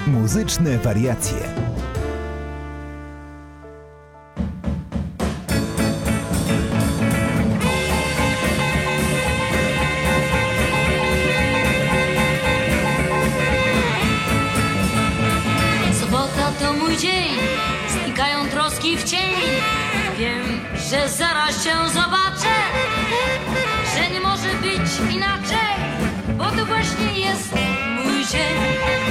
Muzyczne wariacje. Sobota to mój dzień, znikają troski w cień. Wiem, że zaraz cię zobaczę, że nie może być inaczej, bo to właśnie jest mój dzień.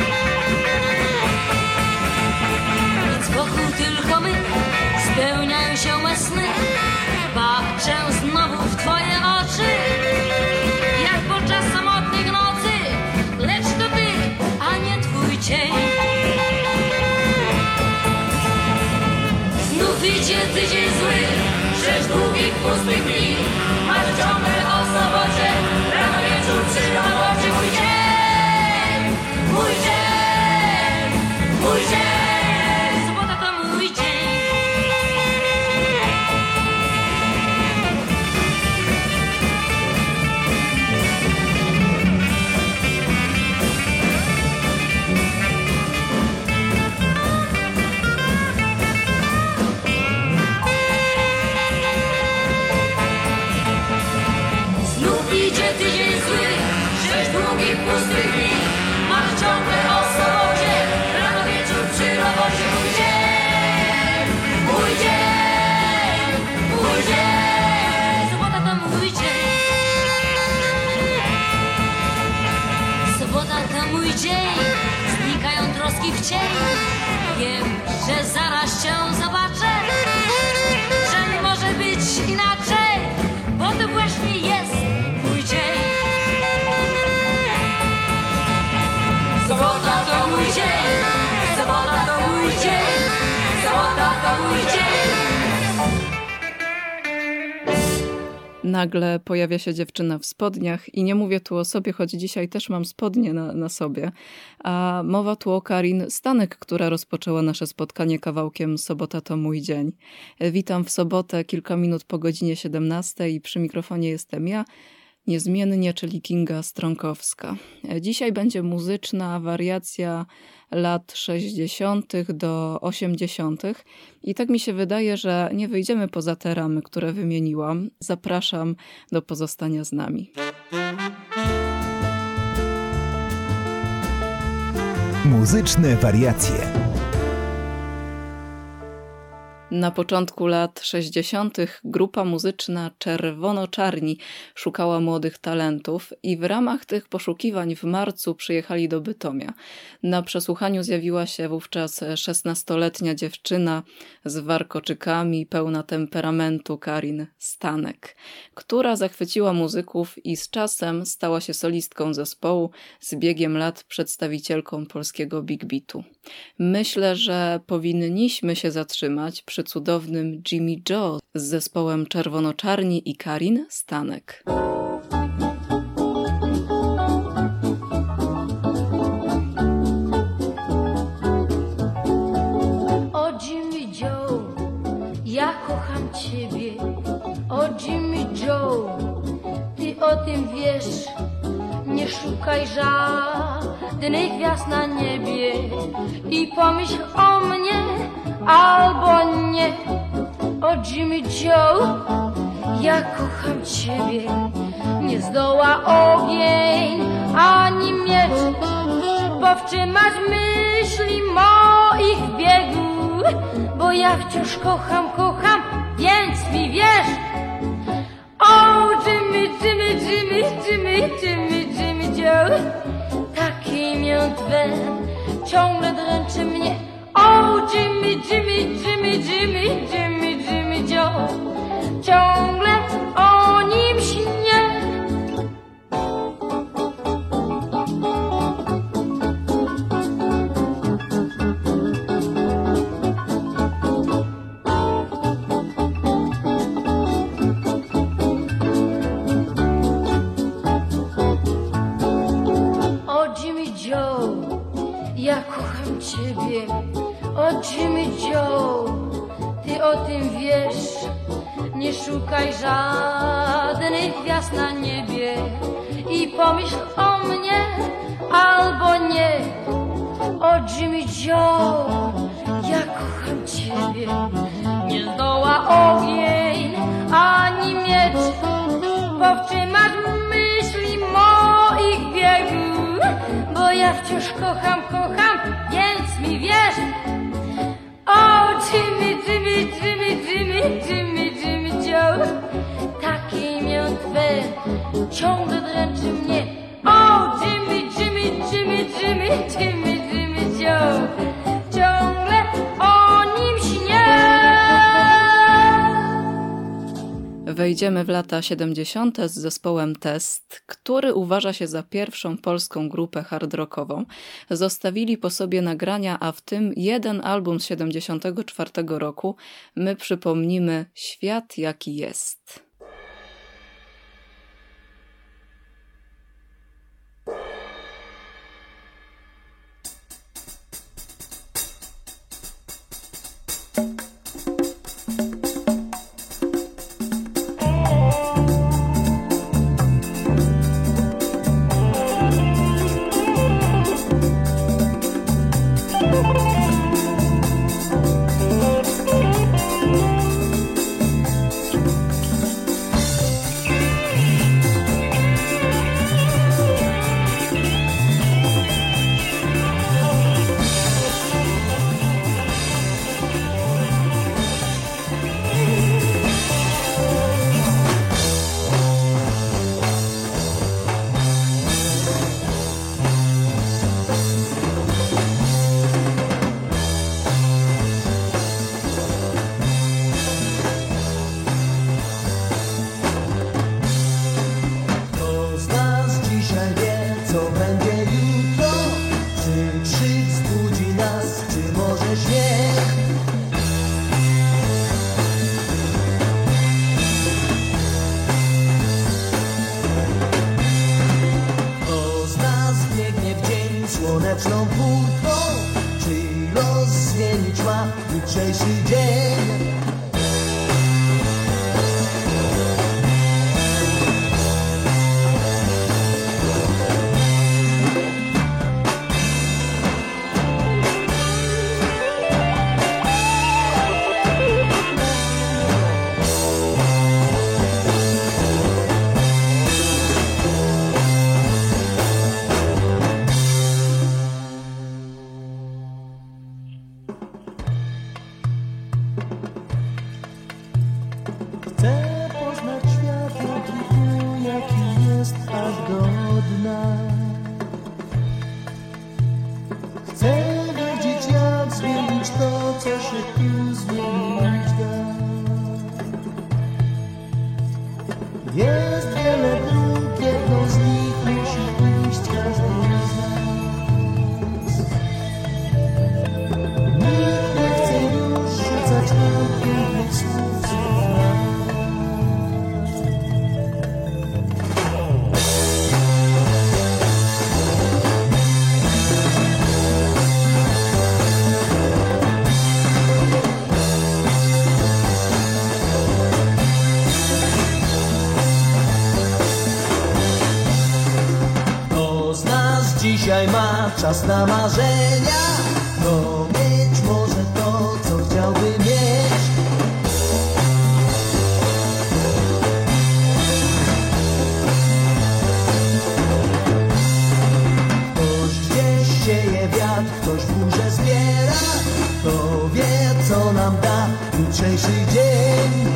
Więc wokół tylko my, spełniają się me sny. Patrzę znowu w twoje oczy, jak podczas samotnych nocy, lecz to ty, a nie twój cień. Znów idzie tydzień zły, rzecz długich, pustych dni. Masz ciągle o sobocie, rano wieczór przy robocie. Mój dzień, mój dzień, mój dzień. Sobota to mój dzień. Idzie tydzień zły, rzecz długich, pustych dni. Masz ciągle o sobocie, rano wieczór przy robocie. Mój dzień, mój dzień, mój dzień. Sobota to mój dzień. Sobota to mój dzień, znikają troski w cień. Wiem, że zaraz cię zobaczę, że nie może być inaczej, bo to właśnie jest mój dzień. Sobota to mój dzień, sobota to mój dzień, sobota to mój dzień. Nagle pojawia się dziewczyna w spodniach i nie mówię tu o sobie, choć dzisiaj też mam spodnie na sobie. A mowa tu o Karin Stanek, która rozpoczęła nasze spotkanie kawałkiem Sobota to mój dzień. Witam w sobotę, kilka minut po godzinie 17 i przy mikrofonie jestem ja, niezmiennie, czyli Kinga Strąkowska. Dzisiaj będzie muzyczna wariacja lat 60. do 80. I tak mi się wydaje, że nie wyjdziemy poza te ramy, które wymieniłam. Zapraszam do pozostania z nami. Muzyczne wariacje. Na początku lat 60. grupa muzyczna Czerwono-Czarni szukała młodych talentów i w ramach tych poszukiwań w marcu przyjechali do Bytomia. Na przesłuchaniu zjawiła się wówczas 16-letnia dziewczyna z warkoczykami, pełna temperamentu Karin Stanek, która zachwyciła muzyków i z czasem stała się solistką zespołu, z biegiem lat przedstawicielką polskiego big beatu. Myślę, że powinniśmy się zatrzymać przy cudownym Jimmy Joe z zespołem Czerwono-Czarni i Karin Stanek. O Jimmy Joe, ja kocham ciebie. O Jimmy Joe, ty o tym wiesz. Nie szukaj żadnych gwiazd na niebie i pomyśl o mnie albo nie. O Jimmy Joe, ja kocham ciebie. Nie zdoła ogień ani miecz powstrzymać myśli moich w biegu, bo ja wciąż kocham, kocham, więc mi wierz. O Jimmy, Jimmy, Jimmy, Jimmy, Jimmy, Jimmy Joe, takie imię twe ciągle dręczy mnie. O Jimmy, Jimmy, Jimmy, Jimmy, Jimmy, Jimmy Joe, ciągle o nim śnię. O Jimmy Joe, ja kocham ciebie. O Jimmy Joe, ty o tym wiesz. Nie szukaj żadnych gwiazd na niebie i pomyśl o mnie albo nie. o Jimmy Joe, ja kocham ciebie. Nie zdoła ogień ani miecz powstrzymać myśli moich biegów, bo ja wciąż kocham, więc mi wierz. O Jimmy, Jimmy, Jimmy, Jimmy, Jimmy, Jimmy Joe, takie imię twe ciągle dręczy mnie. O Jimmy, Jimmy, Jimmy, Jimmy, Jimmy, Jimmy Joe, ciągle o nim śnię. Wejdziemy w lata 70. z zespołem Test, który uważa się za pierwszą polską grupę hard rockową. Zostawili po sobie nagrania, a w tym jeden album z 74 roku. My przypomnimy Świat jaki jest. słoneczną kurtką, czy los zmienić ma jutrzejszy dzień. Chcę poznać świat jaki jest aż do dna. Chcę wiedzieć, jak zmienić to, co się tu zmienić da. Jest wiele dróg, jedną z nich musi iść każdy z nas. Nikt nie chce już rzucać nam pięknych słów. Dzisiaj ma czas na marzenia, to mieć może to, co chciałby mieć. Ktoś gdzieś sieje wiatr, ktoś burzę zbiera, kto wie, co nam da jutrzejszy dzień.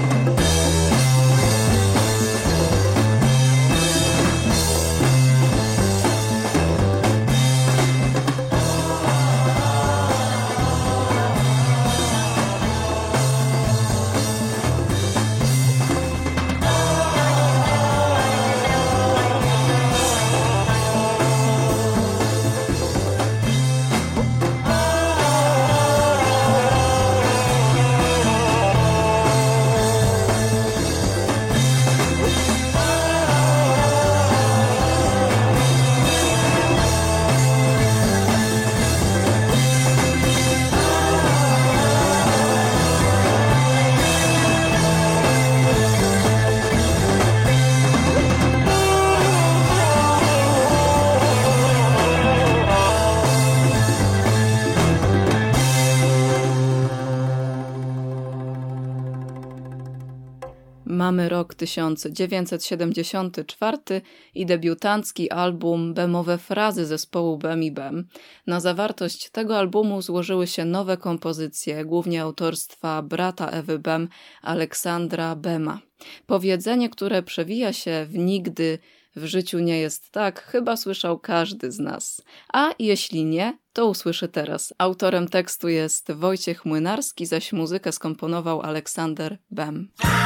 Mamy rok 1974 i debiutancki album Bemowe frazy zespołu Bem i Bem. Na zawartość tego albumu złożyły się nowe kompozycje, głównie autorstwa brata Ewy Bem, Aleksandra Bema. Powiedzenie, które przewija się w nigdy w życiu nie jest tak, chyba słyszał każdy z nas. A jeśli nie, to usłyszy teraz. Autorem tekstu jest Wojciech Młynarski, zaś muzykę skomponował Aleksander Bem.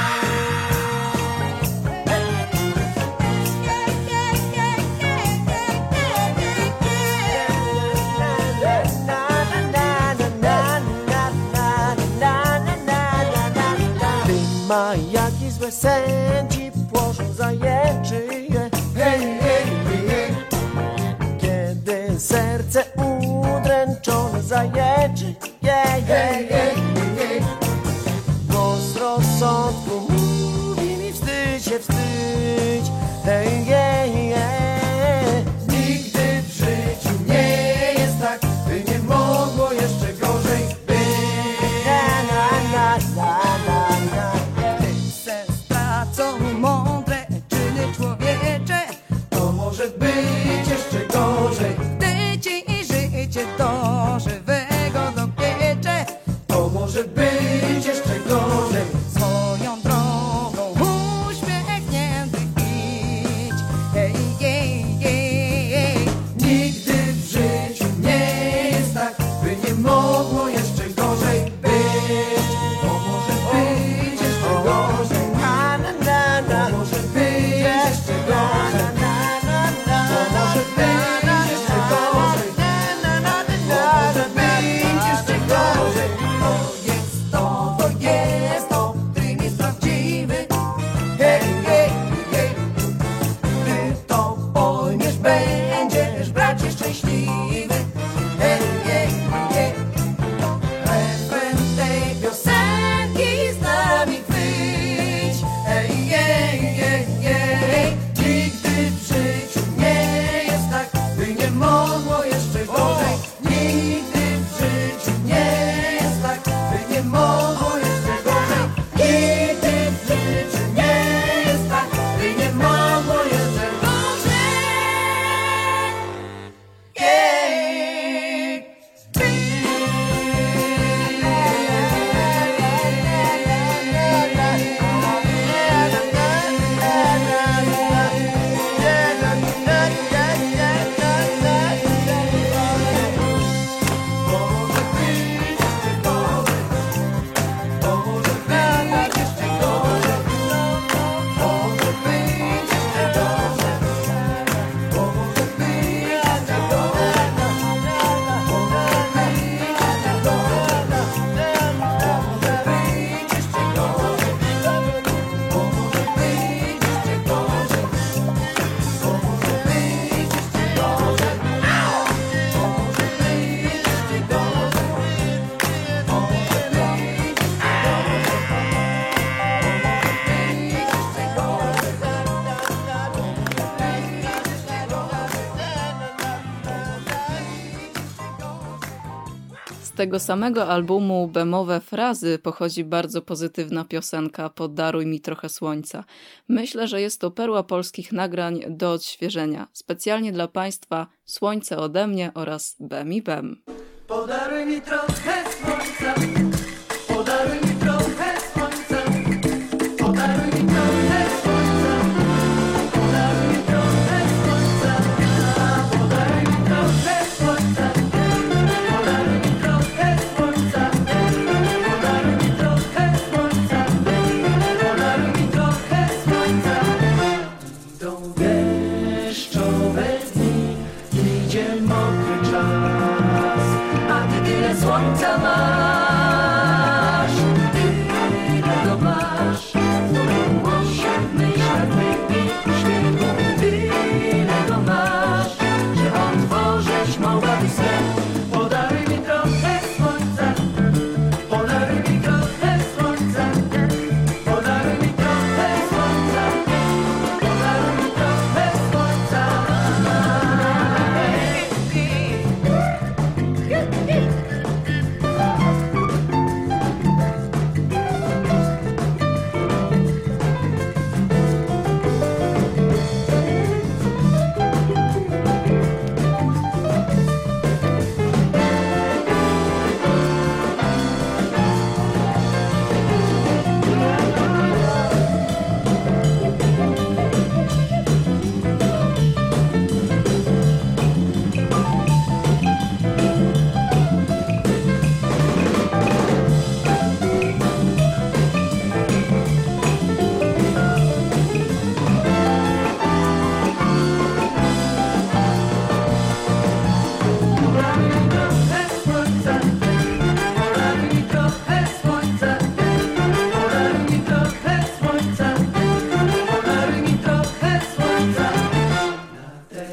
Jaki złe sen ci płoszą zajęczy, hej, hej, hej. Kiedy serce udręczone zajęczy, hej, hej, hej, hej. Głos rozsądku mówi mi wstydź się, wstydź, hej, hej, hej. Nigdy w życiu nie jest tak, by nie mogło jeszcze gorzej być. Na, na, na, na, na, na. Co mądre czyny człowiecze, to może być jeszcze gorzej. gdy ci życie do żywego dopiecze, To może być jeszcze gorzej. swoją drogą uśmiechnięty idź, hej, hej, hej, hej. Nigdy w życiu nie jest tak, by nie mogło jeszcze gorzej być. To może być jeszcze gorzej. To może być jeszcze gorzej. To może być jeszcze gorzej. To może być jeszcze gorzej. To jest to, którym jest prawdziwy, Hej, hej, hej. gdy to pojmiesz, będziesz bracie szczęśliwy, hej, hej, hej. Refren tej piosenki z nami chwyć, hej, hej, hej, hej. Nigdy w życiu nie jest tak, by nie mogło jeszcze gorzej. Nigdy w życiu nie jest tak, by nie mogło jeszcze gorzej. Nigdy w życiu nie jest tak, by nie mogło jeszcze gorzej. Z tego samego albumu Bemowe frazy pochodzi bardzo pozytywna piosenka Podaruj mi trochę słońca. Myślę, że jest to perła polskich nagrań do odświeżenia. Specjalnie dla Państwa Słońce ode mnie oraz Bem i Bem. Podaruj mi trochę słońca, podaruj mi trochę słońca, podaruj mi trochę słońca, podaruj mi trochę słońca, podaruj mi trochę słońca, podaruj mi trochę słońca, podaruj mi trochę słońca, podaruj mi trochę słońca. Idą deszczowe dni, idzie mokry czas, a ty tyle słońca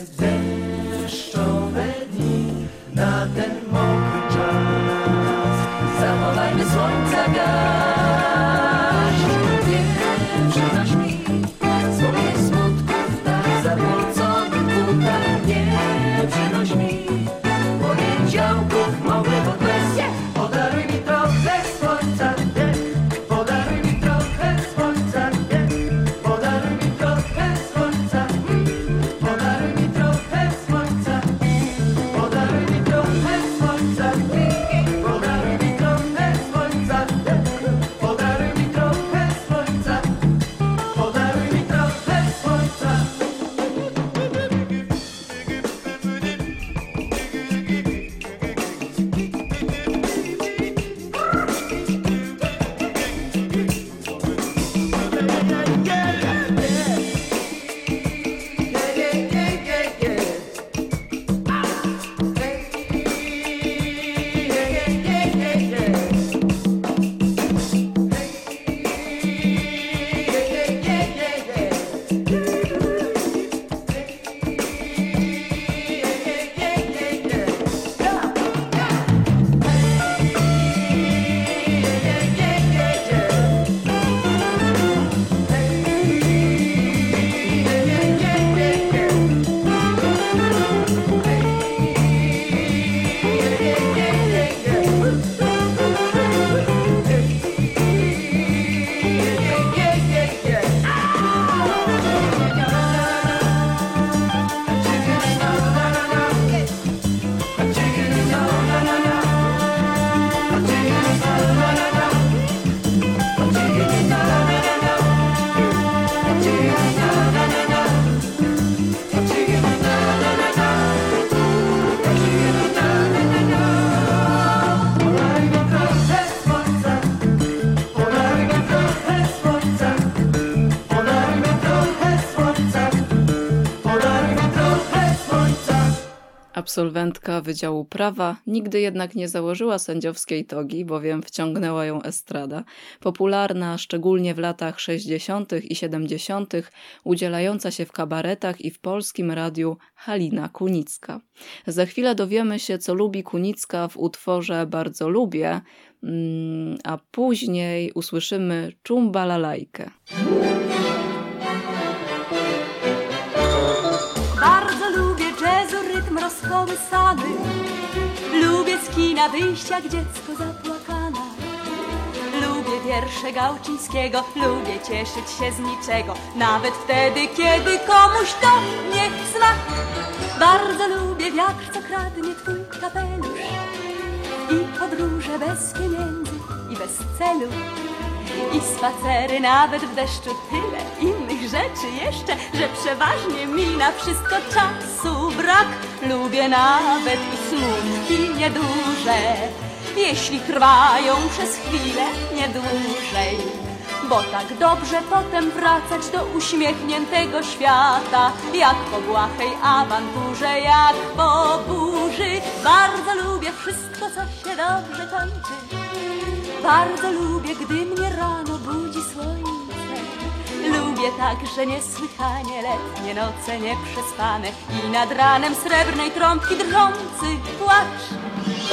deszczowe dni, na ten mokry czas. Zawołajmy słońca gaść, nie przynoś mi swoich smutków, tak zapłóconych butach. Nie przynoś mi poniedziałków, małych okresji. Podaruj mi trochę słońca, nie? Podaruj mi trochę słońca, nie? Podaruj mi trochę słońca, podaruj mi trochę słońca, podaruj mi trochę słońca, podaruj mi trochę słońca, podaruj mi trochę słońca, podaruj mi trochę słońca. Absolwentka Wydziału Prawa nigdy jednak nie założyła sędziowskiej togi, bowiem wciągnęła ją estrada. Popularna, szczególnie w latach 60. i 70., udzielająca się w kabaretach i w polskim radiu Halina Kunicka. Za chwilę dowiemy się, co lubi Kunicka w utworze Bardzo lubię, a później usłyszymy Czumbalalajkę. Bardzo lubię jazzu, rytm rozkołysany. Lubię z kina wyjść jak dziecko zapłakana. Lubię wiersze Gałczyńskiego, lubię cieszyć się z niczego, nawet wtedy, kiedy komuś to nie smak. Bardzo lubię wiatr, co kradnie twój kapelusz i podróże bez pieniędzy i bez celu. I spacery nawet w deszczu, tyle innych rzeczy jeszcze, że przeważnie mi na wszystko czasu brak. Lubię nawet i smutki nieduże, jeśli trwają przez chwilę, nie dłużej. Bo tak dobrze potem wracać do uśmiechniętego świata, jak po błahej awanturze, jak po burzy. Bardzo lubię wszystko, co się dobrze kończy. Bardzo lubię, gdy mnie rano budzi słońce. Lubię także niesłychanie letnie noce nieprzespane i nad ranem srebrnej trąbki drżący płacz.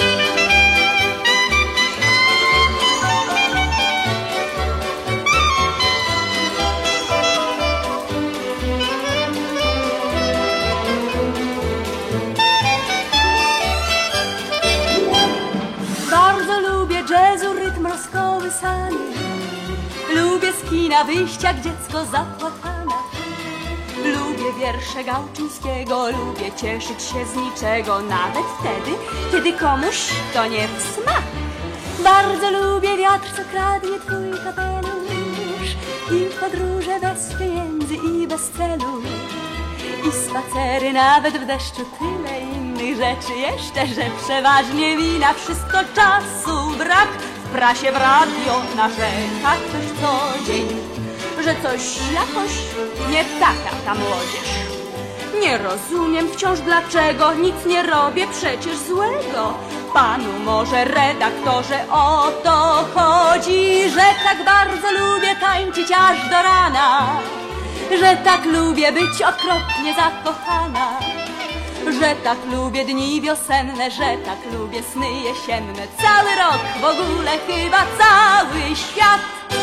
Bardzo lubię jazzu, rytm rozkołysany. Lubię z kina wyjść jak dziecko zapłakana. Lubię wiersze Gałczyńskiego, lubię cieszyć się z niczego, nawet wtedy, kiedy komuś to nie w smak. Bardzo lubię wiatr, co kradnie twój kapelusz i podróże bez pieniędzy i bez celu. I spacery nawet w deszczu, tyle innych rzeczy jeszcze, że przeważnie mi na wszystko czasu brak. W prasie, w radio narzeka ktoś co dzień, że coś jakoś nie taka ta młodzież. Nie rozumiem wciąż dlaczego, nic nie robię przecież złego. Panu może redaktorze o to chodzi, że tak bardzo lubię tańczyć aż do rana, że tak lubię być okropnie zakochana. że tak lubię dni wiosenne, że tak lubię sny jesienne. Cały rok, w ogóle chyba cały świat.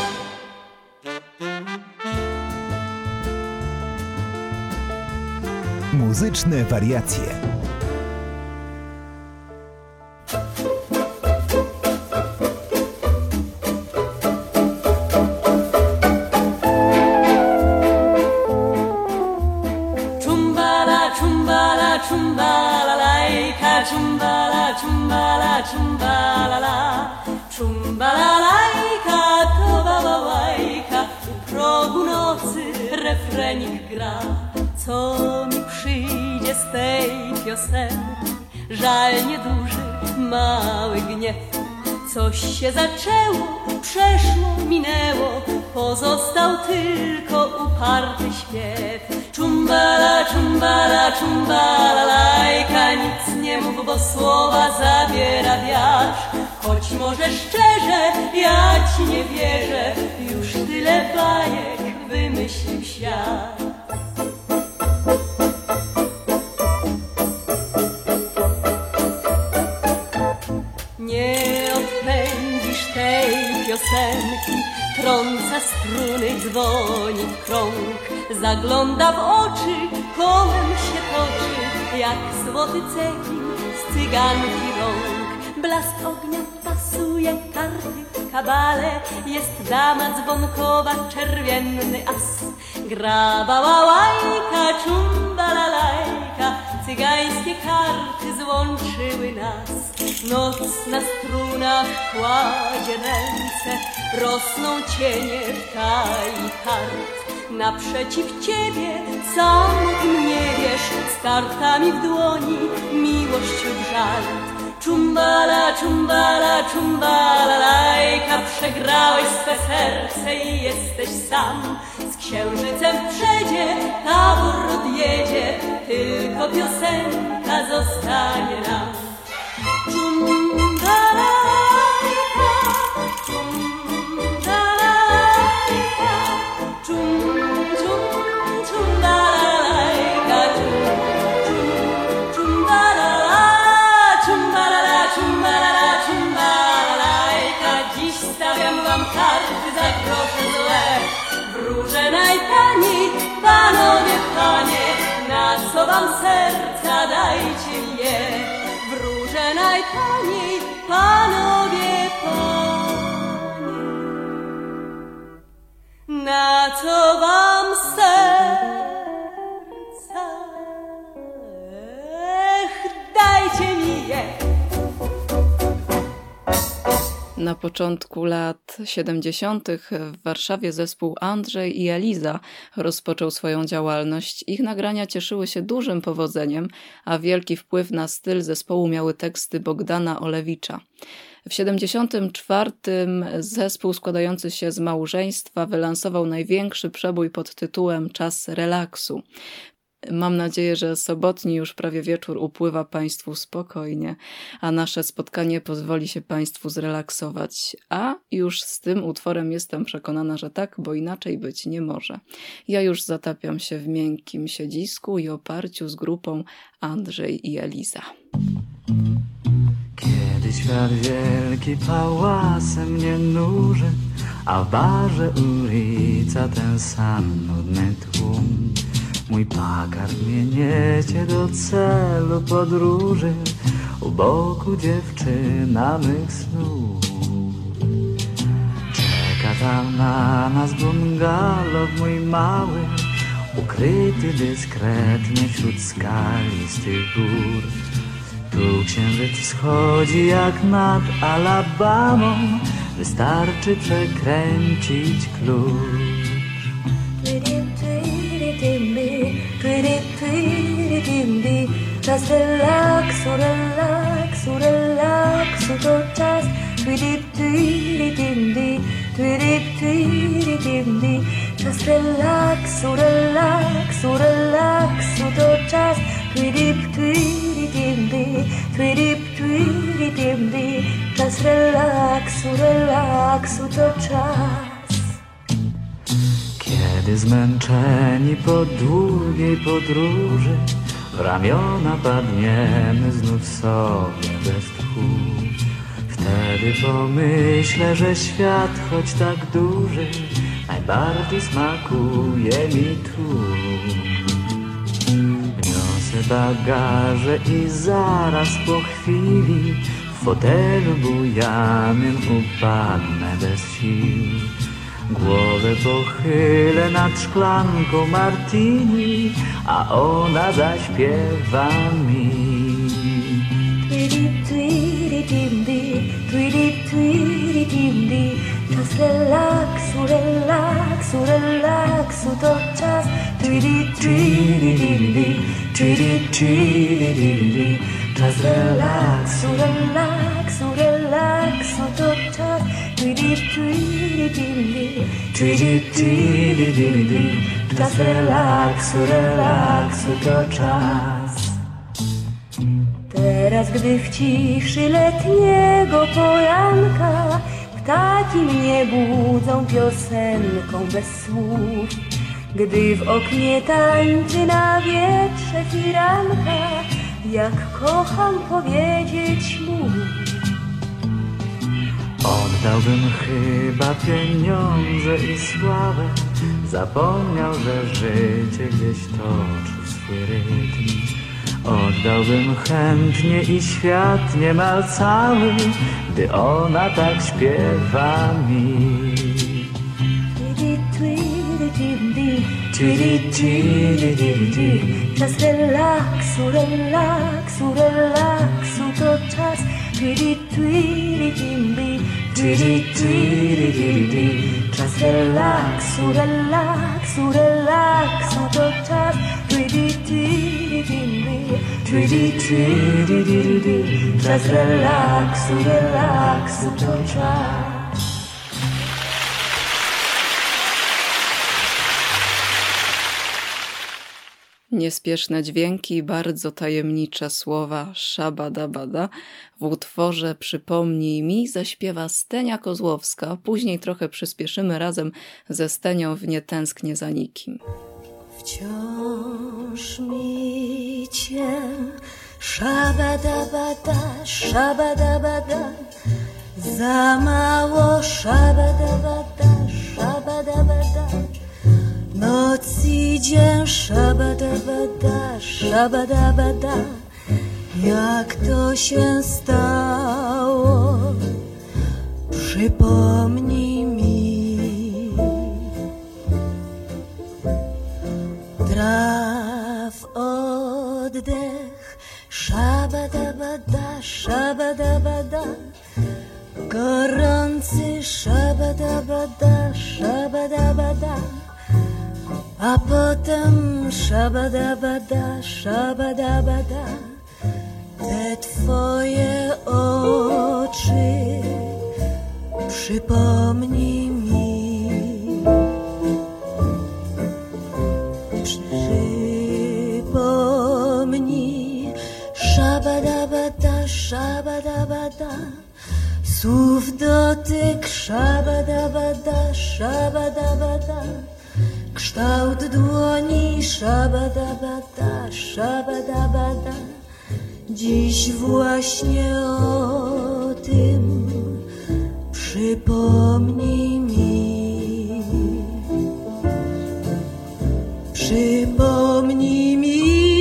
Muzyczne wariacje. Chumbala, chumbala, chumbala, la. Chumbala, lajka, to balałajka. U progu nocy refrenik gra. Co mi przyjdzie z tej piosenki? Żal nieduży, mały gniew. Coś się zaczęło, przeszło, minęło. Pozostał tylko uparty śpiew. Chumbala, chumbala, chumbala, lajka. Nic nie mów, bo słowa zabiera wiatr. Choć może szczerze, ja ci nie wierzę. Już tyle bajek wymyślił świat. Nie odpędzisz tej piosenki. Trąca struny, dzwoni w krąg. Zagląda w oczy, kołem się toczy. Jak złoty cegin z cyganki rąk. Blask ognia pasuje karty, kabale. Jest dama dzwonkowa, czerwienny as. Gra bałałajka, czumbalalajka. Cygańskie karty złączyły nas. Noc na strunach kładzie ręce. Rosną cienie i kart. Naprzeciw ciebie sam im nie wiesz. Z kartami w dłoni miłością żart. Chumbala, chumbala, chumbala, lajka. Przegrałeś swe serce i jesteś sam. Z księżycem w przedzie tabor odjedzie. Tylko piosenka zostanie nam. Chumbala, karty za grosze złe. Wróże najtaniej, panowie, panie. Na co wam serca, dajcie mi je. Wróże najtaniej, panowie, panie. Na co wam serca, dajcie mi je. Na początku lat 70. w Warszawie zespół Andrzej i Eliza rozpoczął swoją działalność. Ich nagrania cieszyły się dużym powodzeniem, a wielki wpływ na styl zespołu miały teksty Bogdana Olewicza. W 74. zespół składający się z małżeństwa wylansował największy przebój pod tytułem Czas relaksu. Mam nadzieję, że sobotni już prawie wieczór upływa Państwu spokojnie, a nasze spotkanie pozwoli się Państwu zrelaksować. A już z tym utworem jestem przekonana, że tak, bo inaczej być nie może. Ja już zatapiam się w miękkim siedzisku i oparciu z grupą Andrzej i Eliza. Kiedy świat wielki pałasem mnie nuży, a w barze ulica ten sam nudny tłum. Mój pakard mnie niecie do celu podróży, u boku dziewczyna mych snów. Czeka tam na nas bungalow mój mały, ukryty dyskretnie wśród skalistych gór. Tu księżyc wschodzi jak nad Alabamą, wystarczy przekręcić klucz. Just relax, relax, relax, to just just relax, relax, relax, to just just relax, relax, to czas. Kiedy zmęczeni po długiej podróży w ramiona padniemy znów sobie bez tchu. Wtedy pomyślę, że świat, choć tak duży, najbardziej smakuje mi tu. Wniosę bagaże i zaraz po chwili w fotelu bujanym upadnę bez sił. Głowę pochylę nad szklanką martini, a ona zaśpiewa mi. Czas relaksu, relaksu, relaksu, to czas. Czas relaksu, relaksu, relaksu, to czas. Czas relaksu, relaksu, to czas. Teraz, gdy w ciszy letniego poranka ptaki mnie budzą piosenką bez słów, gdy w oknie tańczy na wietrze firanka, jak kocham powiedzieć mu. Oddałbym chyba pieniądze i sławę, zapomniał, że życie gdzieś toczy swój rytm. Oddałbym chętnie i świat niemal cały, gdy ona tak śpiewa mi. Czas relaksu, relaksu, relaksu, to czas. Czas relaksu, relaksu, relaksu, to czas. Czas relaksu, relaksu, to czas. Niespieszne dźwięki, bardzo tajemnicze słowa szabadabada w utworze Przypomnij mi zaśpiewa Stenia Kozłowska. Później trochę przyspieszymy razem ze Stenią w Nie tęsknię za nikim. Wciąż mi cię szabadabada, szabadabada, za mało szabadabada, szabadabada. Noc i dzień szabadabada, szabadabada. Jak to się stało? Przypomnij mi. Traf oddech, szabadabada, szabadabada. Gorący szabadabada, szabadabada. A potem szabadabada, szabadabada. Te twoje oczy, przypomnij mi. Przypomnij, szabadabada, szabadabada. Słów dotyk, szabadabada, szabadabada. Kształt dłoni, szabadabada, szabadabada. Dziś właśnie o tym przypomnij mi. Przypomnij mi,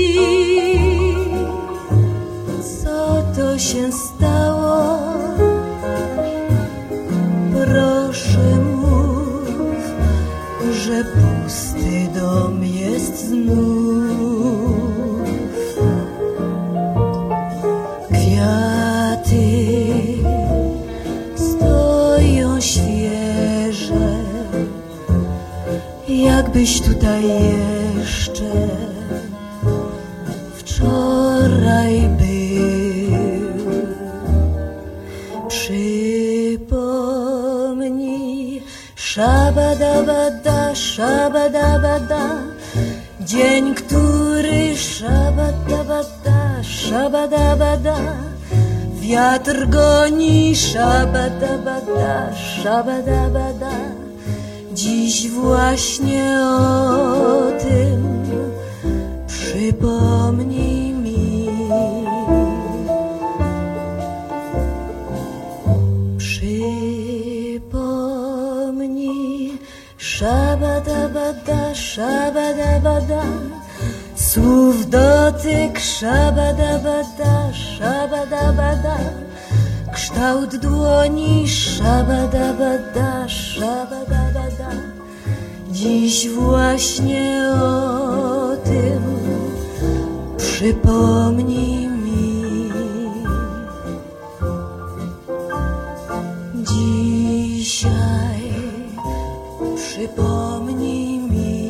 co to się stało. Proszę mów, że pusty dom jest znów. Kwiaty stoją świeże, jakbyś tutaj jeszcze wczoraj był. Przypomnij, szabadabada, szabadabada. Dzień, który szabadabada, szabadabada. Wiatr goni, szabadabada, szabadabada. Dziś właśnie o tym przypomnij przypomnij mi. Przypomnij, szabadabada, szabadabada, słów dotyk, szabadabada, szabadabada, kształt dłoni, szabadabada, szabadabada. Dziś właśnie o tym przypomnij mi. Dzisiaj przypomnij mi.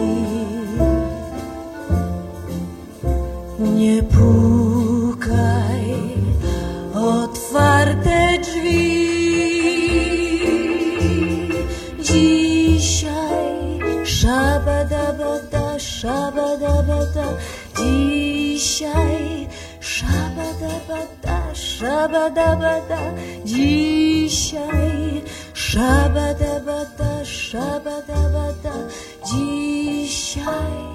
Nie pukaj, otwarte drzwi. Dzisiaj szabadabada, szabadabada, dzisiaj szabadabada, szabadabada, dzisiaj szabadabada, szabadabada, dzisiaj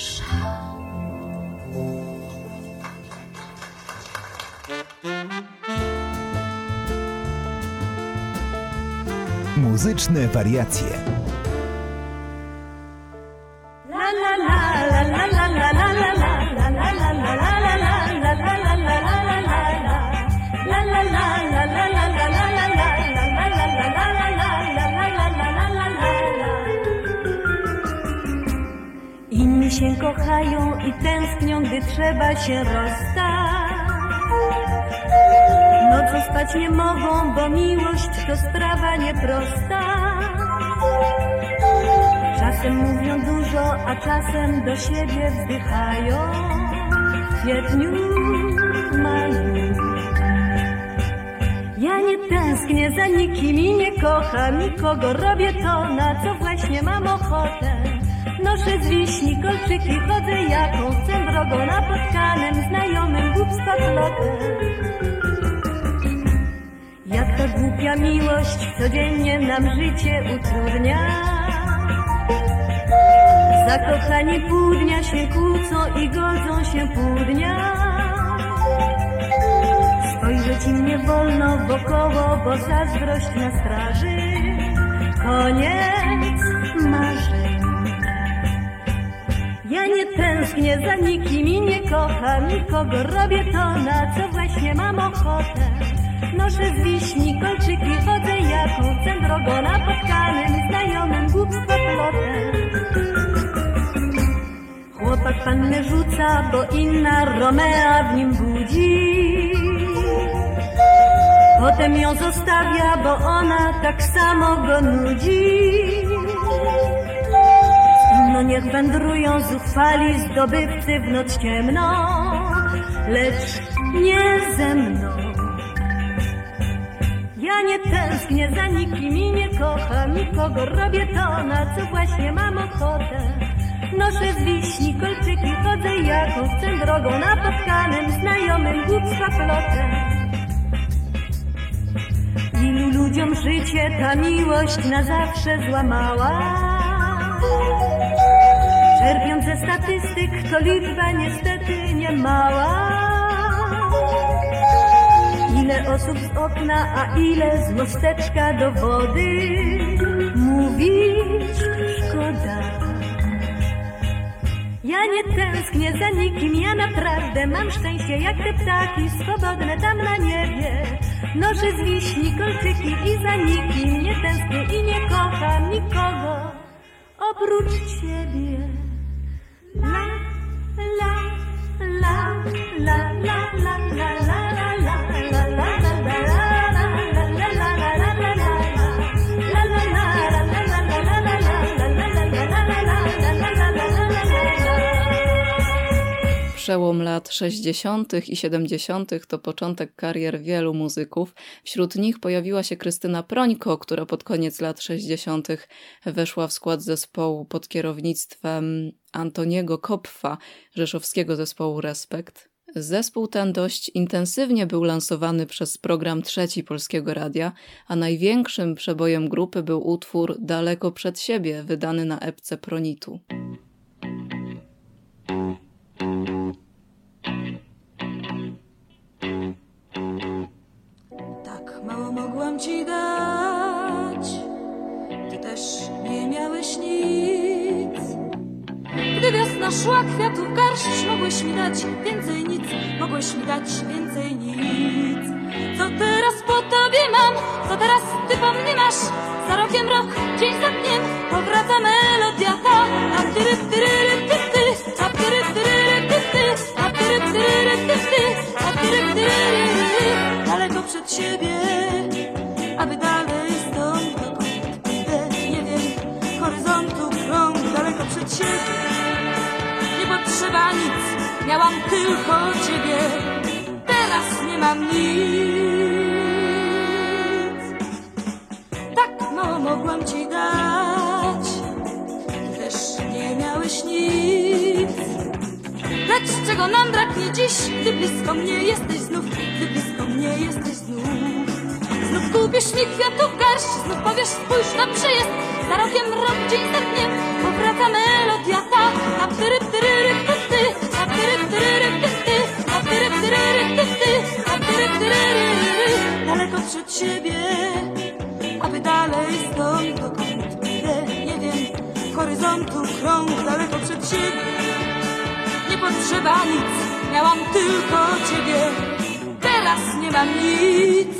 Muzyczne wariacje. Inni się kochają i tęsknią, gdy trzeba się rozstać. Nocą spać nie mogą, bo miłość to sprawa nieprosta. Czasem mówią dużo, a czasem do siebie wzdychają. W kwietniu, maju. Ja nie tęsknię za nikim i nie kocham nikogo. Robię to, na co właśnie mam ochotę. Noszę z wiśni kolczyki, chodzę jaką chcę, drogo napotkanym znajomym głupstwa plotę. Jak ta głupia miłość codziennie nam życie utrudnia. Zakochani pół dnia się kłócą i godzą się pół dnia. Spojrzeć im nie wolno wokoło, bo zazdrość na straży. Koniec marzeń. Ja nie tęsknię za nikim i nie kocham nikogo. Robię to, na co właśnie mam ochotę. Noszę z wiśni kolczyki, chodzę jaką chcę, drogo napotkanym znajomym głupstwa plotę. Chłopak pannę rzuca, bo inna Romea w nim budzi. Potem ją zostawia, bo ona tak samo go nudzi. No niech wędrują zuchwali zdobywcy w noc ciemną, lecz nie ze mną. Ja nie tęsknię za nikim i nie kocham nikogo. Robię to, na co właśnie mam ochotę. Noszę z wiśni kolczyki, chodzę jaką chcę, drogą napotkanym znajomym głupstwa plotę. Ilu ludziom życie ta miłość na zawsze złamała. Czerpiąc ze statystyk, to liczba niestety nie mała. Ile osób z okna, a ile z mosteczka do wody. Mówić szkoda. Ja nie tęsknię za nikim, ja naprawdę mam szczęście jak te ptaki swobodne tam na niebie. Noszę z wiśni kolczyki i za nikim nie tęsknię i nie kocham nikogo oprócz ciebie. La la la la la la la la la la la. Przełom lat 60. i 70. to początek karier wielu muzyków. Wśród nich pojawiła się Krystyna Prońko, która pod koniec lat 60. weszła w skład zespołu pod kierownictwem Antoniego Kopfa, rzeszowskiego zespołu Respekt. Zespół ten dość intensywnie był lansowany przez program Trzeci Polskiego Radia, a największym przebojem grupy był utwór Daleko przed siebie, wydany na epce Pronitu. Tak mało mogłam ci dać, ty też nie miałeś nic. Gdy wiosna szła, kwiatów garść, mogłeś mi dać więcej nic, mogłeś mi dać więcej nic. Co teraz po tobie mam, co teraz ty po mnie masz? Za rokiem rok, dzień za dniem, powraca melodia ta. A tyry, tyry, ty, ty, a tyry, tyry, ty, ty, a tyry, tyry, ty, ty, a tyry, tyry. Daleko przed siebie, aby dalej stąd dokąd idę, nie wiem, horyzontu krąg, daleko przed siebie. Nie potrzeba nic, miałam tylko ciebie, teraz nie mam nic. Tak mało mogłam ci dać, ty też nie miałeś nic. Lecz czego nam braknie dziś, gdy blisko mnie jesteś znów, gdy blisko mnie jesteś znów. Znów kupisz mi kwiatów garść, znów powiesz spójrz na przyjazd. Za rokiem rok, dzień za dniem, powraca melodia ta. A tyry, tyry, ty, ty, a tyry, tyry, ty, ty, a tyry, tyry, ty, ty, a tyry, tyry. Daleko przed siebie, aby dalej stąd dokąd idę, nie wiem, horyzontu krąg, daleko przed siebie. Nie potrzeba nic, miałam tylko ciebie, teraz nie mam nic.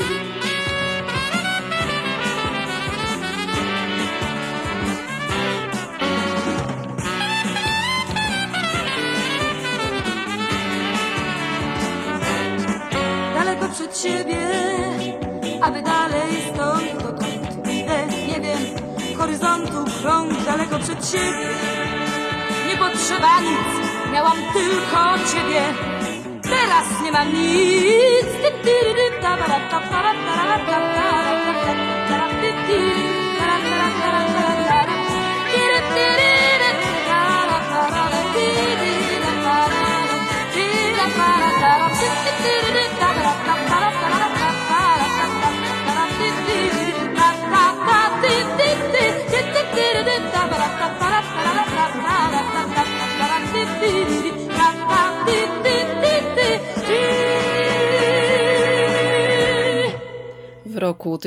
Daleko przed siebie, aby dalej stąd dokąd idę, nie wiem, horyzontu krąg, daleko przed siebie. Nie potrzeba nic, miałam tylko ciebie, teraz nie mam nic. W roku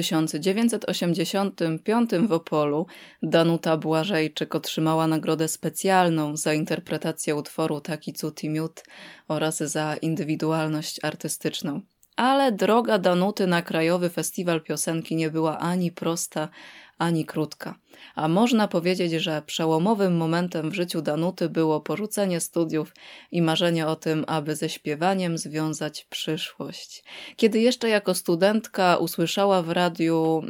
1985 w Opolu Danuta Błażejczyk otrzymała nagrodę specjalną za interpretację utworu Taki cud i miód oraz za indywidualność artystyczną. Ale droga Danuty na Krajowy Festiwal Piosenki nie była ani prosta, ani krótka. A można powiedzieć, że przełomowym momentem w życiu Danuty było porzucenie studiów i marzenie o tym, aby ze śpiewaniem związać przyszłość. Kiedy jeszcze jako studentka usłyszała w radiu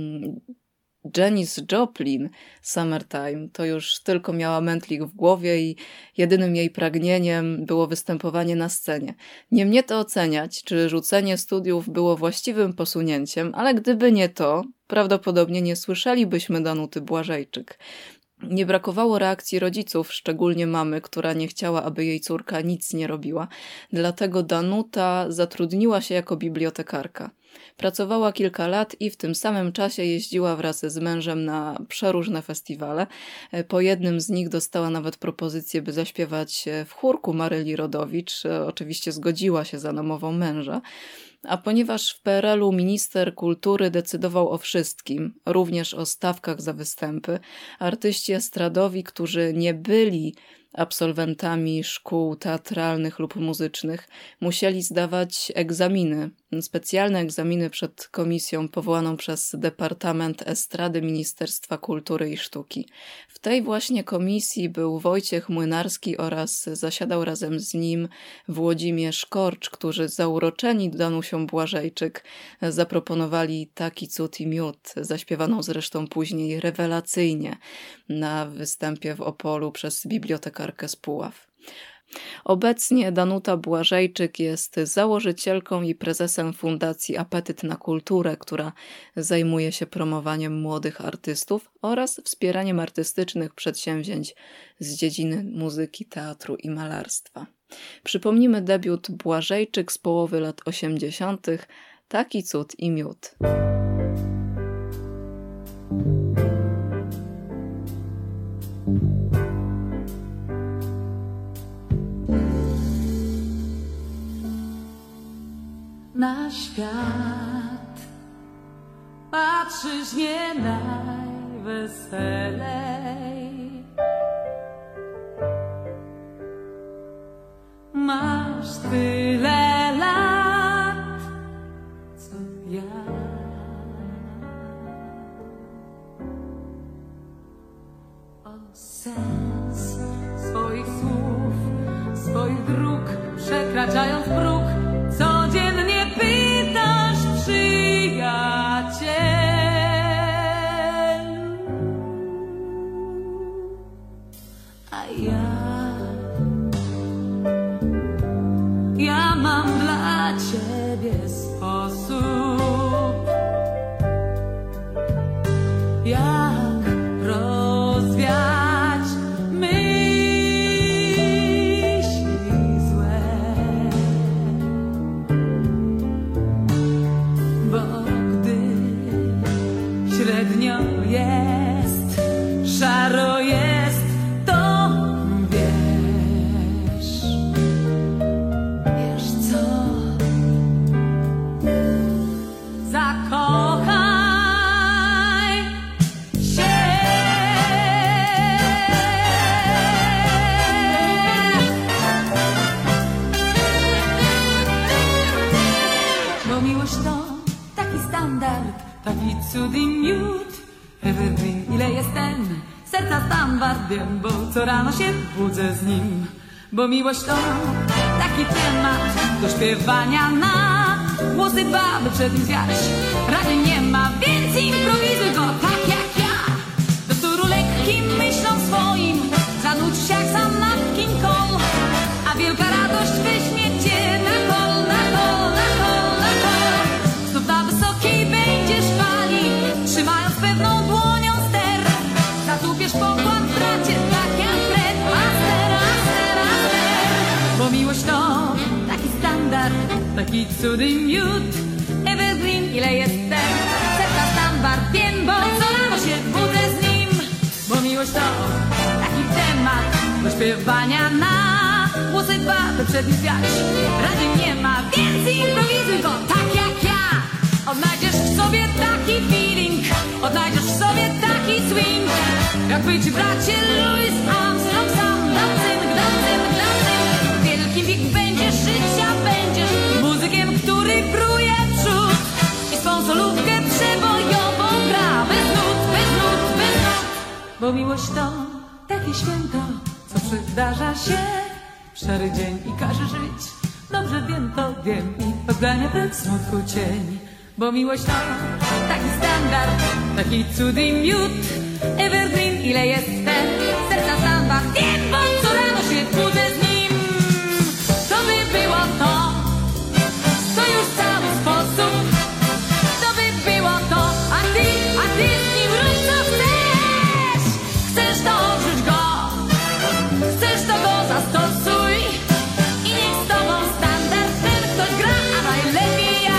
Janis Joplin Summertime, to już tylko miała mętlik w głowie i jedynym jej pragnieniem było występowanie na scenie. Nie mnie to oceniać, czy rzucenie studiów było właściwym posunięciem, ale gdyby nie to, prawdopodobnie nie słyszelibyśmy Danuty Błażejczyk. Nie brakowało reakcji rodziców, szczególnie mamy, która nie chciała, aby jej córka nic nie robiła. Dlatego Danuta zatrudniła się jako bibliotekarka. Pracowała kilka lat i w tym samym czasie jeździła wraz z mężem na przeróżne festiwale. Po jednym z nich dostała nawet propozycję, by zaśpiewać w chórku Maryli Rodowicz. Oczywiście zgodziła się za namową męża. A ponieważ w PRL-u minister kultury decydował o wszystkim, również o stawkach za występy, artyści estradowi, którzy nie byli absolwentami szkół teatralnych lub muzycznych, musieli zdawać egzaminy, specjalne egzaminy przed komisją powołaną przez Departament Estrady Ministerstwa Kultury i Sztuki. W tej właśnie komisji był Wojciech Młynarski oraz zasiadał razem z nim Włodzimierz Korcz, którzy zauroczeni Danusią Błażejczyk zaproponowali Taki cud i miód, zaśpiewaną zresztą później rewelacyjnie na występie w Opolu przez bibliotekarkę z Puław. Obecnie Danuta Błażejczyk jest założycielką i prezesem Fundacji Apetyt na Kulturę, która zajmuje się promowaniem młodych artystów oraz wspieraniem artystycznych przedsięwzięć z dziedziny muzyki, teatru i malarstwa. Przypomnimy debiut Błażejczyk z połowy lat 80. Taki cud i miód. na świat. Patrzysz nie najweselej. Masz tyle lat, co ja. O sens swoich słów, swoich dróg, przekraczając próg, codziennie pytasz, przyjacielu. A ja mam dla ciebie sposób, jak rozwiać myśli złe. Bo gdy średnio jest, szaro jest, to wiesz co? Zakochaj się. Bo miłość to taki standard, taki cud i miód. Evergreen, ile jestem, serca standard, wiem, bo co rano się budzę z nim. Bo miłość to taki temat do śpiewania na głosy baby przed nim zwiać. Rady nie ma, więc improwizuj go tak jak ja. Do turu lekkim myślą swoim zanudź się jak sam na King Kong. A wielka radość weźmie cię na kol, na kol, na kol, na kol. Znów na wysokiej będziesz fali, trzymając pewną dłonią ster. Zatupiesz pokład, bracie, tak jak Fred Astaire, Astaire, Astaire. Bo miłość to taki standard, taki cud i miód. Evergreen, ile jestem, serca standard, wiem, bo co rano się budzę z nim. Bo miłość to taki temat do śpiewania na głosy dwa, by przed nim zwiać. Rady nie ma, więc improwizuj go tak jak ja. Odnajdziesz w sobie taki feeling, odnajdziesz w sobie taki swing. Jakby ci bracie Louis Armstrong sam dancing, dancing, dancing. Wielkim wiek będziesz życia, będziesz muzykiem, który pruje przód i swą solówkę przebojową gra bez nut, bez nut, bez nut. Bo miłość to takie święto, co przydarza się w szary dzień i każe żyć. Dobrze wiem, to wiem i odgania ten smutku cień. Bo miłość to taki standard, taki cud i miód. Evergreen, ile jestem, serca standard, wiem, bo co rano się budzę z nim. To by było to, to już cały sposób. To by było to, a ty z nim rób co chcesz. Chcesz to odrzuć go, chcesz to go zastosuj. I niech z tobą standard ten ktoś gra, a najlepiej ja.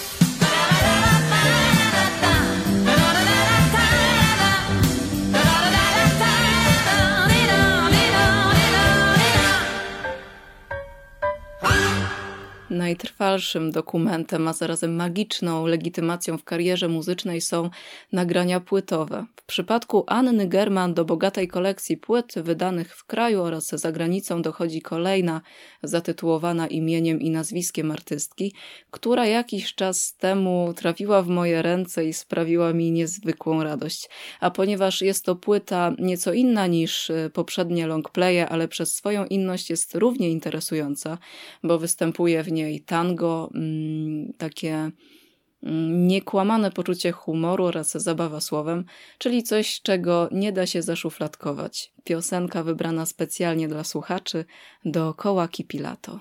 Najtrwalszym dokumentem, a zarazem magiczną legitymacją w karierze muzycznej są nagrania płytowe. W przypadku Anny German do bogatej kolekcji płyt wydanych w kraju oraz za granicą dochodzi kolejna, zatytułowana imieniem i nazwiskiem artystki, która jakiś czas temu trafiła w moje ręce i sprawiła mi niezwykłą radość. A ponieważ jest to płyta nieco inna niż poprzednie longplaye, ale przez swoją inność jest równie interesująca, bo występuje w niej tango, takie niekłamane poczucie humoru oraz zabawa słowem, czyli coś, czego nie da się zaszufladkować. Piosenka wybrana specjalnie dla słuchaczy dookoła kipi lato.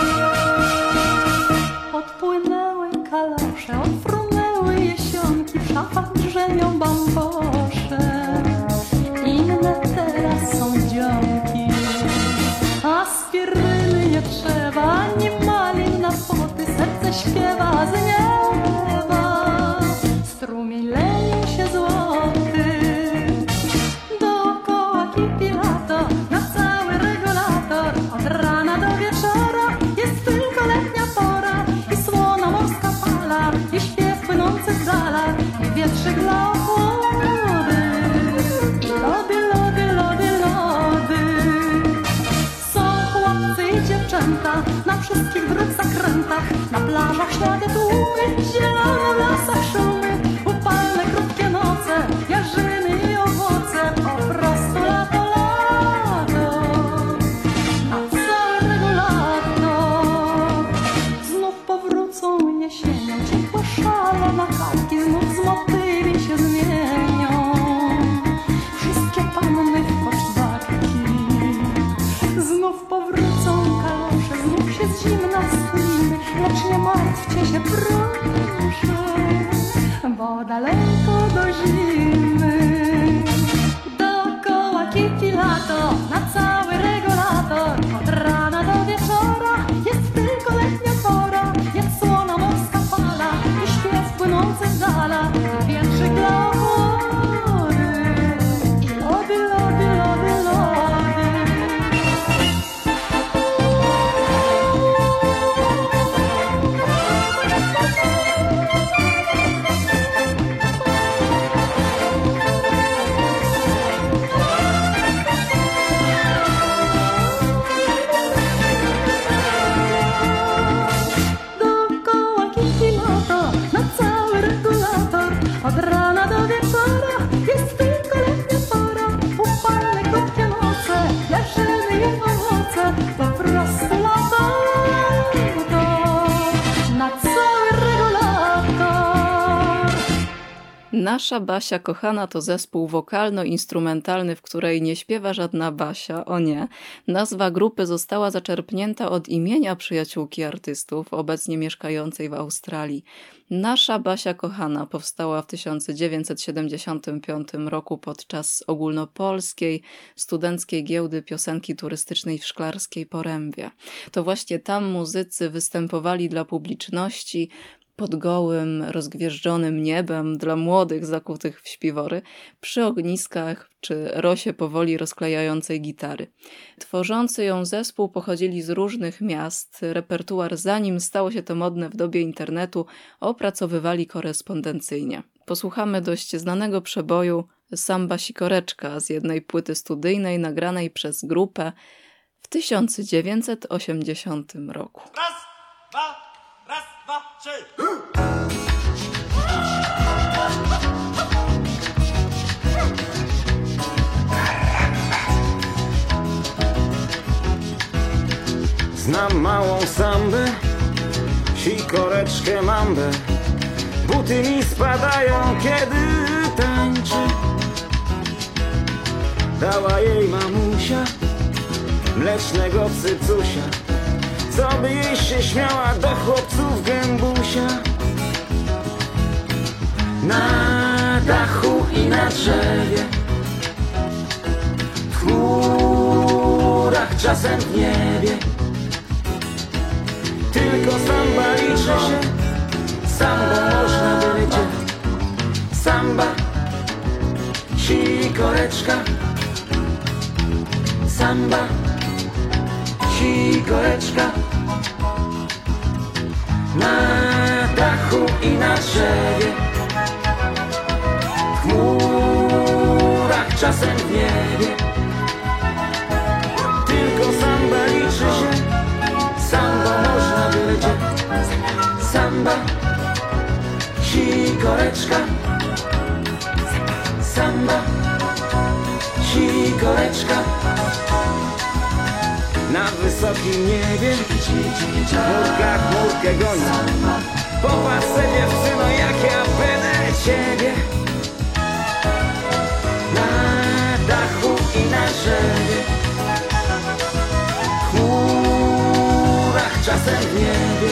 Odpłynęły kalosze, odfrunęły jesionki, w szafach drzemią bambosze. Inne teraz są dzionki, aspiryny nie trzeba, nie malin na poty, serce śpiewa z nieba. Strumień leje się złoty, dookoła kipi lato, na cały regulator. Od rana do wieczora jest tylko letnia pora i słona plażach ślady tłumy, zielono w lasach szumy, upalne krótkie noce, jarzyny i owoce, po prostu lato, lato, na całego lato. Znów powrócą jesienią, ciepłe szale na kalki, znów z motyli się zmienią wszystkie panny w poczwarki. Znów powrócą kalosze, znów się z zimna stulimy, lecz nie martwcie się, proszę, bo daleko do zimy. Dookoła kipi lato, na cały regulator, od rana do wieczora jest tylko letnia pora, jest słona morska fala i śpiew płynący z dala, wietrzyk dla opory i lody, lody, lody, lody. Dookoła kipi lato, na cały regulator, od rana do wieczora jest tylko letnia pora, upalne krótkie noce, jarzyny i owoce, po prostu lato, na cały regulator. Nasza Basia kochana to zespół wokalno-instrumentalny, w której nie śpiewa żadna Basia, o nie. Nazwa grupy została zaczerpnięta od imienia przyjaciółki artystów, obecnie mieszkającej w Australii. Nasza Basia kochana powstała w 1975 roku podczas ogólnopolskiej studenckiej giełdy piosenki turystycznej w Szklarskiej Porębie. To właśnie tam muzycy występowali dla publiczności, pod gołym, rozgwieżdżonym niebem dla młodych zakutych w śpiwory, przy ogniskach czy rosie powoli rozklejającej gitary. Tworzący ją zespół pochodzili z różnych miast. Repertuar, zanim stało się to modne w dobie internetu, opracowywali korespondencyjnie. Posłuchamy dość znanego przeboju Samba Sikoreczka z jednej płyty studyjnej nagranej przez grupę w 1980 roku. Raz, dwa, trzy. Znam małą sambę, sikoreczkę mambę. Buty mi spadają, kiedy tańczy. Dała jej mamusia mlecznego cycusia, co by jej się śmiała do chłopców gębusia. Na dachu i na drzewie, w chmurach, czasem w niebie, tylko samba liczy się, samba można powiedzieć. Samba, sikoreczka, samba, sikoreczka. Na dachu i na drzewie, w chmurach, czasem w niebie, tylko samba liczy się, samba można powiedzieć. Samba, sikoreczka, samba, sikoreczka. Na wysokim niebie chmurka chmurkę goni. Popatrz se dziewczyno, jak ja będę ciebie. Na dachu i na drzewie, w chmurach, czasem w niebie,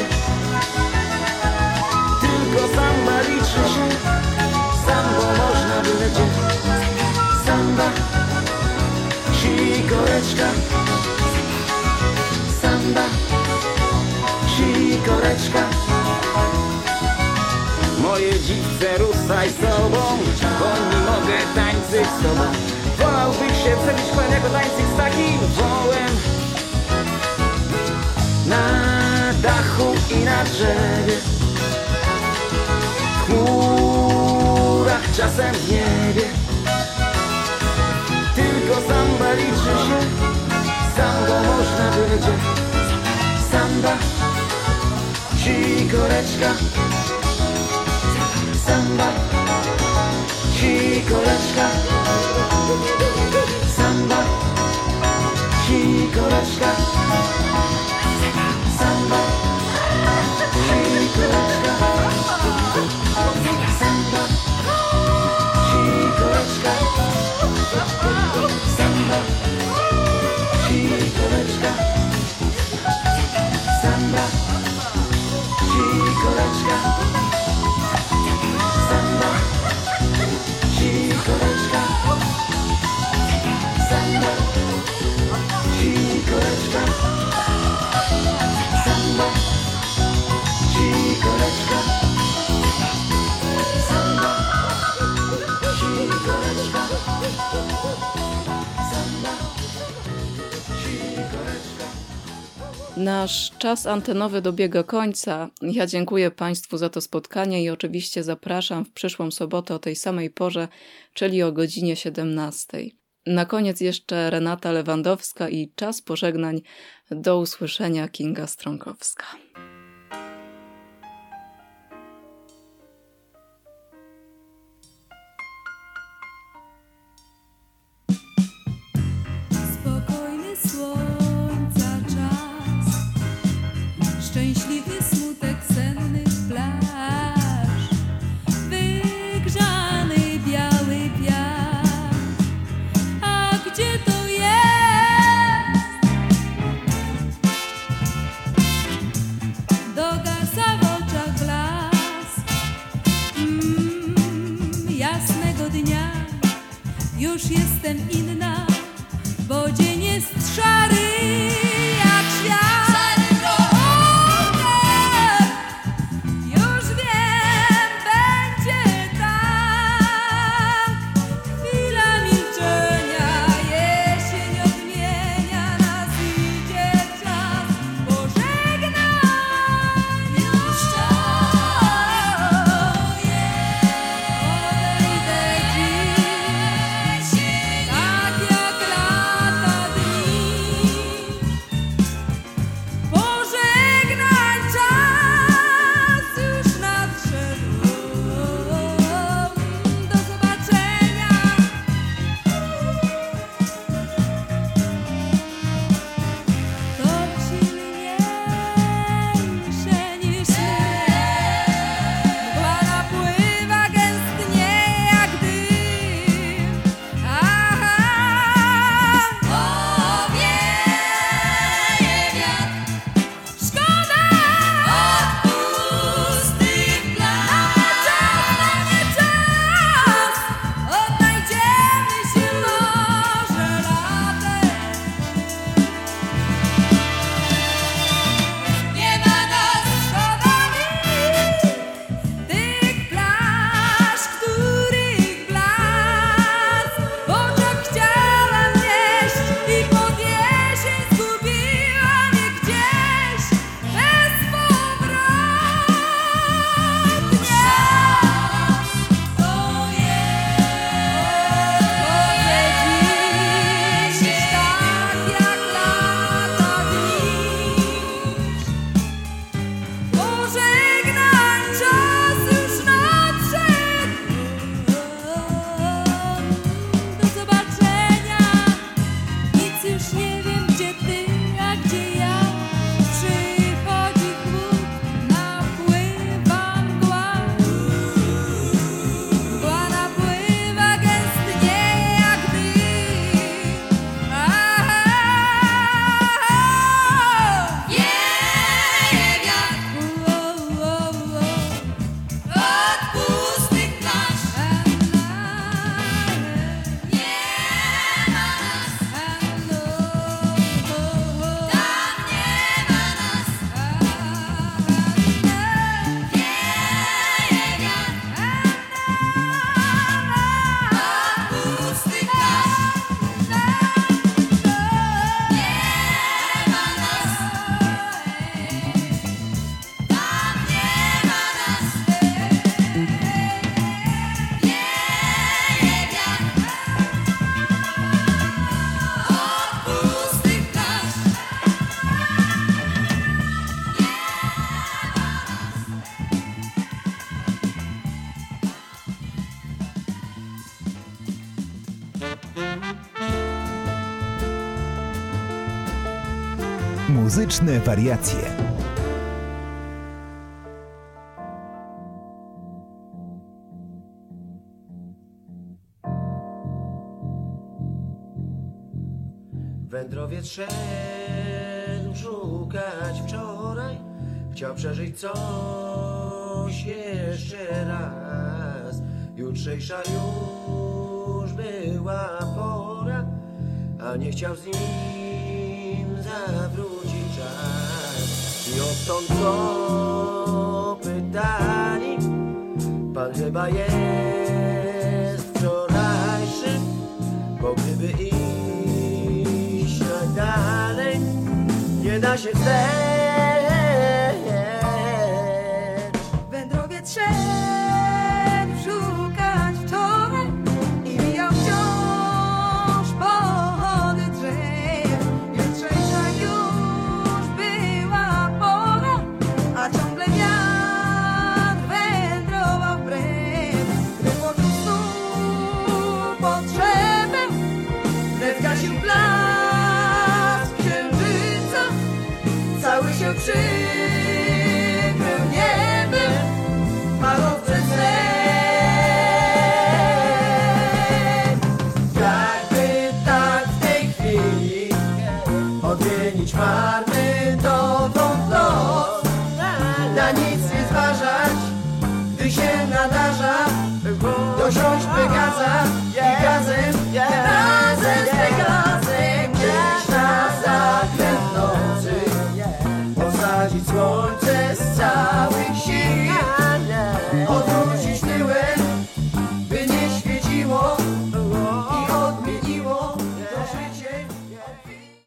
tylko samba liczy się, sambo można wylecieć. Samba, sikoreczka, samba, sikoreczka. Moje dziwce, ruszaj sobą, bo nie mogę tańczyć z tobą. Wolałbyś się przebić jako tańczyć z takim wołem. Na dachu i na drzewie, w chmurach, czasem w niebie, tylko samba liczy się, sambo można powiedzieć. Samba, Sikoreczka, samba, sikoreczka, samba, sikoreczka, samba, sikoreczka, samba, sikoreczka, samba, sikoreczka, samba, sikoreczka, samba, sikoreczka, samba, sikoreczka, samba, sikoreczka, samba, sikoreczka, samba, sikoreczka. Nasz czas antenowy dobiega końca. Ja dziękuję Państwu za to spotkanie i oczywiście zapraszam w przyszłą sobotę o tej samej porze, czyli o godzinie 17. Na koniec jeszcze Renata Lewandowska i Czas pożegnań. Do usłyszenia, Kinga Strąkowska. Spokojny słońca czas, szczęśliwy smutek sennych plaż, wygrzany biały piach. A gdzie to jest? Dogasa w oczach blask jasnego dnia. Już jestem inna, bo dzień jest szary jak świat. Już wiem, będzie tak. Chwila milczenia, jesień odmienia nas, idzie czas pożegnań. Już to jest, odejdę dziś tam. Muzyczne wariacje. Wędrowiec szedł szukać wczoraj, chciał przeżyć coś jeszcze raz. Jutrzejsza już była pora, a nie chciał z nim zawrócić czas. I odtąd co pytali, pan chyba jest wczorajszy, bo gdyby iść dalej, nie da się wstecz. Wędrowiec szedł szukać wczoraj i mijał wciąż pohody drzew. Jutrzejsza już była pora, a ciągle wiatr wędrował wbrew. Gdy poczuł znów potrzebę, wnet gasił blask księżyca, cały się przykrył niebem, paląc przez sen. Jakby tak w tej chwili odmienić marny dotąd los, na nic nie zważać, gdy się nadarza, dosiąść Pegaza i gazem, razem z Pegazem gdzieś na zakręt nocy posadzić słowo.